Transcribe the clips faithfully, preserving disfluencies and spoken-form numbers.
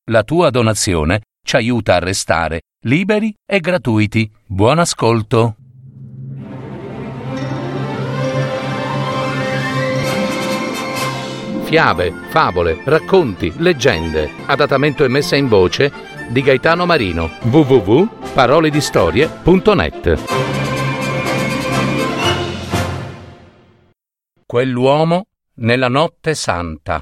La tua donazione ci aiuta a restare liberi e gratuiti. Buon ascolto. Fiabe, favole, racconti, leggende. Adattamento e messa in voce di Gaetano Marino. w w w punto parole di storie punto net. Quell'uomo nella notte santa.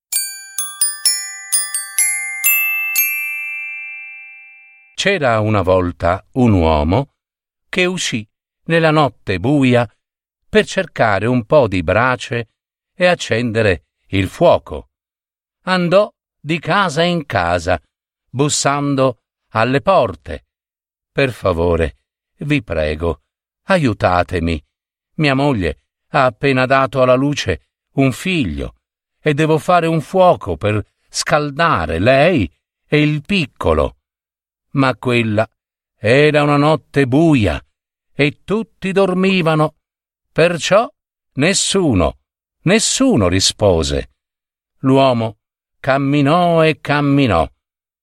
C'era una volta un uomo che uscì nella notte buia per cercare un po' di brace e accendere il fuoco. Andò di casa in casa, bussando alle porte. Per favore, vi prego, aiutatemi. Mia moglie ha appena dato alla luce un figlio e devo fare un fuoco per scaldare lei e il piccolo. Ma quella era una notte buia e tutti dormivano, perciò nessuno, nessuno rispose. L'uomo camminò e camminò.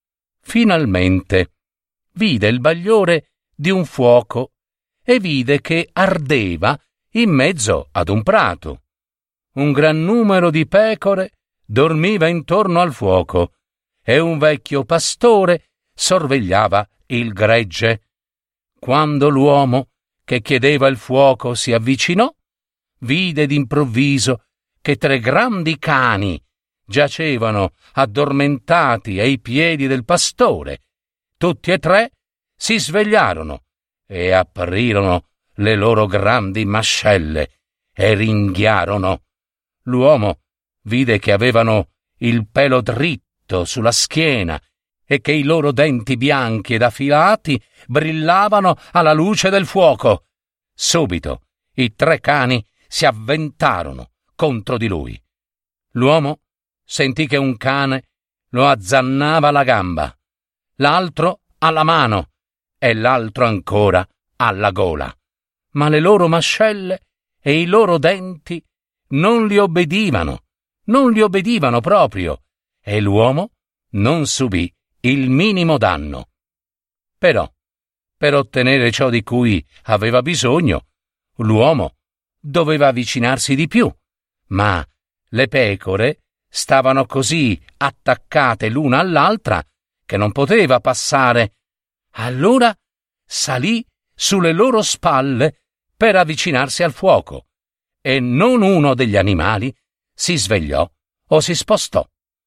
Finalmente vide il bagliore di un fuoco e vide che ardeva in mezzo ad un prato. Un gran numero di pecore dormiva intorno al fuoco e un vecchio pastore sorvegliava il gregge. Quando l'uomo che chiedeva il fuoco si avvicinò, vide d'improvviso che tre grandi cani giacevano addormentati ai piedi del pastore. Tutti e tre si svegliarono e aprirono le loro grandi mascelle e ringhiarono. L'uomo vide che avevano il pelo dritto sulla schiena e che i loro denti bianchi ed affilati brillavano alla luce del fuoco. Subito i tre cani si avventarono contro di lui. L'uomo sentì che un cane lo azzannava alla gamba, l'altro alla mano e l'altro ancora alla gola. Ma le loro mascelle e i loro denti non gli obbedivano, non gli obbedivano proprio, e l'uomo non subì il minimo danno. Però, per ottenere ciò di cui aveva bisogno, l'uomo doveva avvicinarsi di più, ma le pecore stavano così attaccate l'una all'altra che non poteva passare. Allora salì sulle loro spalle per avvicinarsi al fuoco, e non uno degli animali si svegliò o si spostò.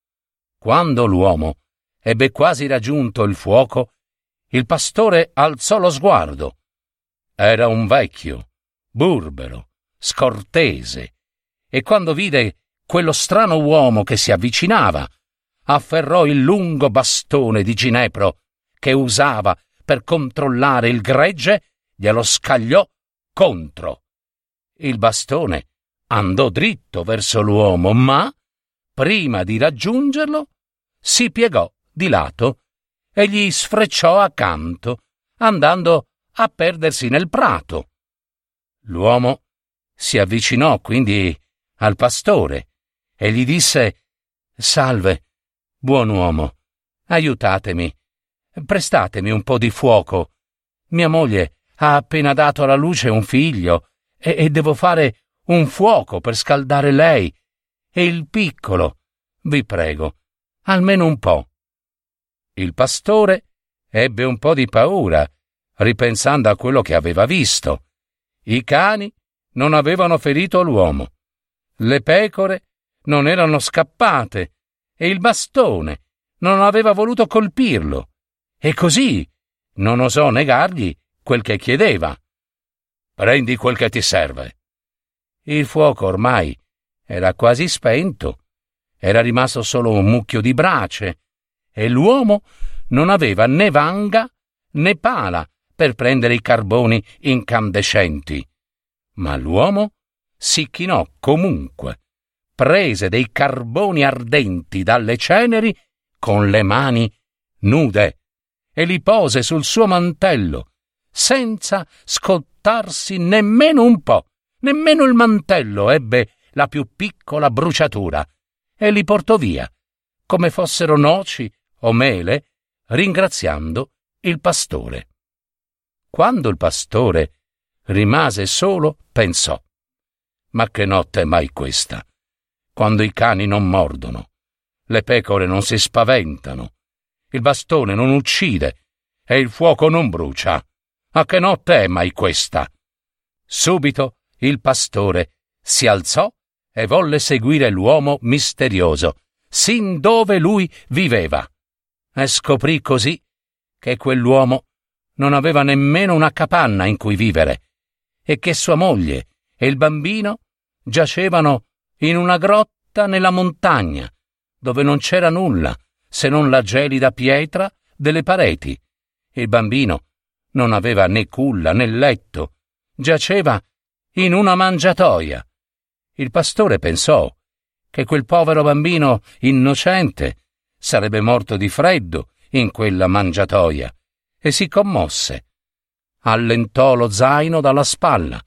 Quando l'uomo ebbe quasi raggiunto il fuoco, il pastore alzò lo sguardo. Era un vecchio, burbero, scortese, e quando vide quello strano uomo che si avvicinava, afferrò il lungo bastone di ginepro che usava per controllare il gregge, glielo scagliò contro. Il bastone andò dritto verso l'uomo, ma, prima di raggiungerlo, si piegò di lato e gli sfrecciò accanto, andando a perdersi nel prato. L'uomo si avvicinò quindi al pastore e gli disse: «Salve, buon uomo, aiutatemi, prestatemi un po' di fuoco. Mia moglie ha appena dato alla luce un figlio e, e devo fare un fuoco per scaldare lei e il piccolo. Vi prego, almeno un po'». Il pastore ebbe un po' di paura, ripensando a quello che aveva visto. I cani non avevano ferito l'uomo, le pecore non erano scappate e il bastone non aveva voluto colpirlo, e così non osò negargli quel che chiedeva. «Prendi quel che ti serve». Il fuoco ormai era quasi spento, era rimasto solo un mucchio di brace, e l'uomo non aveva né vanga né pala per prendere i carboni incandescenti. Ma l'uomo si chinò comunque, prese dei carboni ardenti dalle ceneri con le mani nude e li pose sul suo mantello, senza scottarsi nemmeno un po'. Nemmeno il mantello ebbe la più piccola bruciatura, e li portò via, come fossero noci o mele, ringraziando il pastore. Quando il pastore rimase solo, pensò: ma che notte è mai questa? Quando i cani non mordono, le pecore non si spaventano, il bastone non uccide e il fuoco non brucia. Ma che notte è mai questa? Subito il pastore si alzò e volle seguire l'uomo misterioso, sin dove lui viveva, e scoprì così che quell'uomo non aveva nemmeno una capanna in cui vivere e che sua moglie e il bambino giacevano in una grotta nella montagna, dove non c'era nulla se non la gelida pietra delle pareti. Il bambino non aveva né culla né letto, giaceva in una mangiatoia. Il pastore pensò che quel povero bambino innocente sarebbe morto di freddo in quella mangiatoia e si commosse. Allentò lo zaino dalla spalla,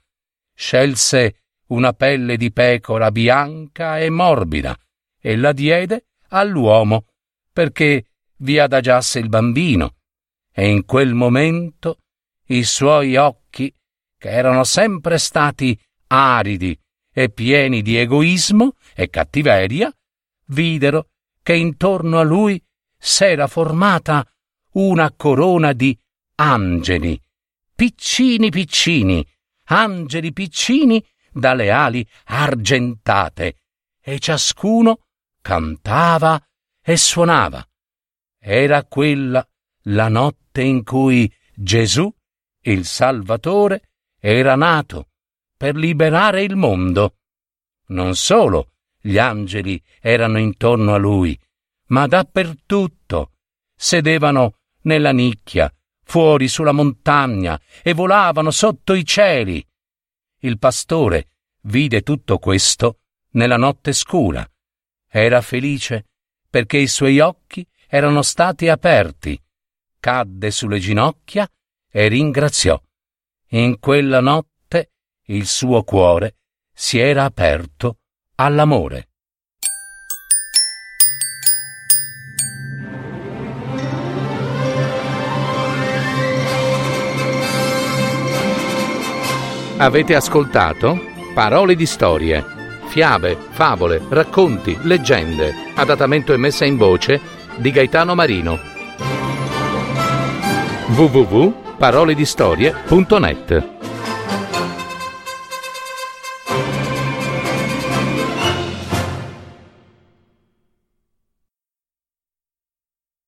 scelse una pelle di pecora bianca e morbida e la diede all'uomo perché vi adagiasse il bambino, e in quel momento i suoi occhi, che erano sempre stati aridi e pieni di egoismo e cattiveria, videro che intorno a lui s'era formata una corona di angeli, piccini piccini, angeli piccini dalle ali argentate, e ciascuno cantava e suonava. Era quella la notte in cui Gesù, il Salvatore, era nato per liberare il mondo. Non solo gli angeli erano intorno a lui, ma dappertutto sedevano nella nicchia, fuori sulla montagna e volavano sotto i cieli. Il pastore vide tutto questo nella notte scura. Era felice perché i suoi occhi erano stati aperti. Cadde sulle ginocchia e ringraziò. In quella notte il suo cuore si era aperto all'amore. Avete ascoltato Parole di storie, fiabe, favole, racconti, leggende, adattamento e messa in voce di Gaetano Marino. w w w punto parole di storie punto net